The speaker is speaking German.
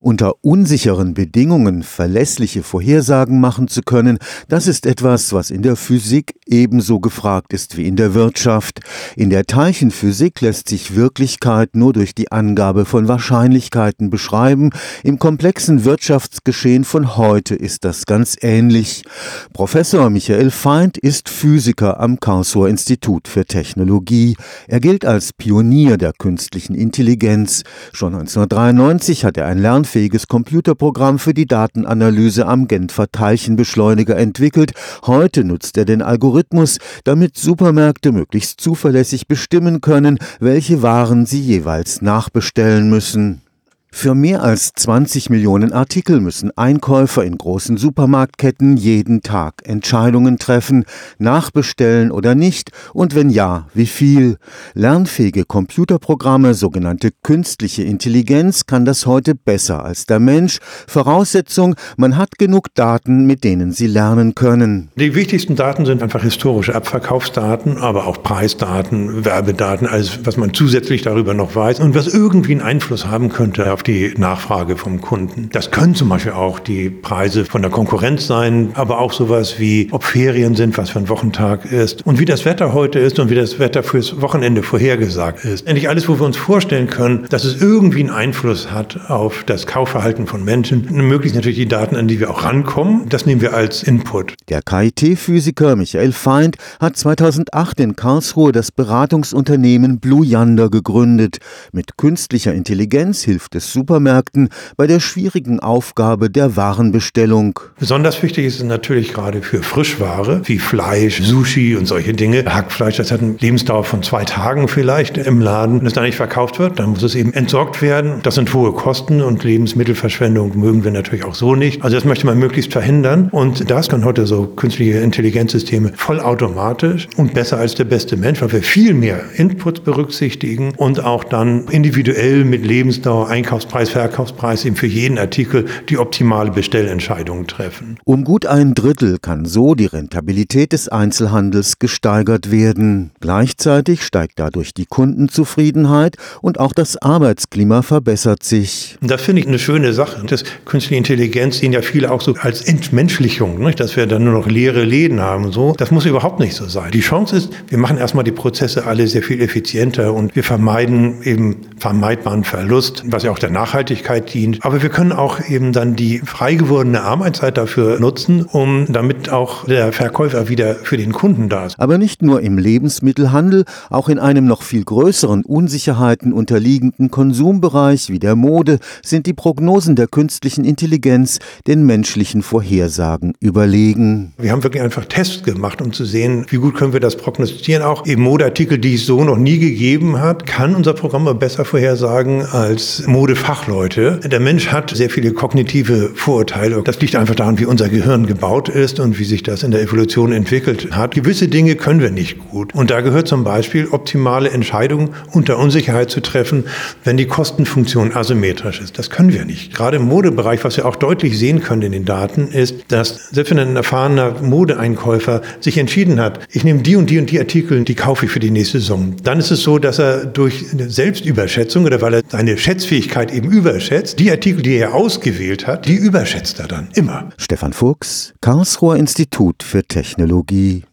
Unter unsicheren Bedingungen verlässliche Vorhersagen machen zu können, das ist etwas, was in der Physik ebenso gefragt ist wie in der Wirtschaft. In der Teilchenphysik lässt sich Wirklichkeit nur durch die Angabe von Wahrscheinlichkeiten beschreiben. Im komplexen Wirtschaftsgeschehen von heute ist das ganz ähnlich. Professor Michael Feind ist Physiker am Karlsruher Institut für Technologie. Er gilt als Pionier der künstlichen Intelligenz. Schon 1993 hat er ein lernfähiges Computerprogramm für die Datenanalyse am Genfer Teilchenbeschleuniger entwickelt. Heute nutzt er den Algorithmus, damit Supermärkte möglichst zuverlässig bestimmen können, welche Waren sie jeweils nachbestellen müssen. Für mehr als 20 Millionen Artikel müssen Einkäufer in großen Supermarktketten jeden Tag Entscheidungen treffen, nachbestellen oder nicht und wenn ja, wie viel. Lernfähige Computerprogramme, sogenannte künstliche Intelligenz, kann das heute besser als der Mensch. Voraussetzung, man hat genug Daten, mit denen sie lernen können. Die wichtigsten Daten sind einfach historische Abverkaufsdaten, aber auch Preisdaten, Werbedaten, alles, was man zusätzlich darüber noch weiß und was irgendwie einen Einfluss haben könnte auf die Nachfrage vom Kunden. Das können zum Beispiel auch die Preise von der Konkurrenz sein, aber auch sowas wie, ob Ferien sind, was für ein Wochentag ist und wie das Wetter heute ist und wie das Wetter fürs Wochenende vorhergesagt ist. Endlich alles, wo wir uns vorstellen können, dass es irgendwie einen Einfluss hat auf das Kaufverhalten von Menschen. Möglichst natürlich die Daten, an die wir auch rankommen. Das nehmen wir als Input. Der KIT-Physiker Michael Feind hat 2008 in Karlsruhe das Beratungsunternehmen Blue Yonder gegründet. Mit künstlicher Intelligenz hilft es Supermärkten bei der schwierigen Aufgabe der Warenbestellung. Besonders wichtig ist es natürlich gerade für Frischware, wie Fleisch, Sushi und solche Dinge. Hackfleisch, das hat eine Lebensdauer von 2 Tagen vielleicht im Laden. Wenn es da nicht verkauft wird, dann muss es eben entsorgt werden. Das sind hohe Kosten und Lebensmittelverschwendung mögen wir natürlich auch so nicht. Also das möchte man möglichst verhindern und das kann heute so künstliche Intelligenzsysteme vollautomatisch und besser als der beste Mensch, weil wir viel mehr Inputs berücksichtigen und auch dann individuell mit Lebensdauer, Einkaufspreis, Verkaufspreis eben für jeden Artikel die optimale Bestellentscheidung treffen. Um gut 1/3 kann so die Rentabilität des Einzelhandels gesteigert werden. Gleichzeitig steigt dadurch die Kundenzufriedenheit und auch das Arbeitsklima verbessert sich. Und das finde ich eine schöne Sache. Das künstliche Intelligenz sehen ja viele auch so als Entmenschlichung, nicht? Dass wir dann nur noch leere Läden haben und so. Das muss überhaupt nicht so sein. Die Chance ist, wir machen erstmal die Prozesse alle sehr viel effizienter und wir vermeiden eben vermeidbaren Verlust, was ja auch der Nachhaltigkeit dient. Aber wir können auch eben dann die frei gewordene Arbeitszeit dafür nutzen, damit auch der Verkäufer wieder für den Kunden da ist. Aber nicht nur im Lebensmittelhandel, auch in einem noch viel größeren Unsicherheiten unterliegenden Konsumbereich wie der Mode sind die Prognosen der künstlichen Intelligenz den menschlichen Vorhersagen überlegen. Wir haben wirklich einfach Tests gemacht, um zu sehen, wie gut können wir das prognostizieren. Auch eben Modeartikel, die es so noch nie gegeben hat, kann unser Programm besser vorhersagen als Modefachleute. Der Mensch hat sehr viele kognitive Vorurteile. Das liegt einfach daran, wie unser Gehirn gebaut ist und wie sich das in der Evolution entwickelt hat. Gewisse Dinge können wir nicht gut. Und da gehört zum Beispiel optimale Entscheidungen unter Unsicherheit zu treffen, wenn die Kostenfunktion asymmetrisch ist. Das können wir nicht. Gerade im Modebereich, was wir auch deutlich sehen können in den Daten, ist, dass selbst wenn ein erfahrener Modeeinkäufer sich entschieden hat, ich nehme die und die und die Artikel, die kaufe ich für die nächste Saison, dann ist es so, dass er durch eine Selbstüberschätzung oder weil er seine Schätzfähigkeit eben überschätzt, die Artikel, die er ausgewählt hat, die überschätzt er dann immer. Stefan Fuchs, Karlsruher Institut für Technologie.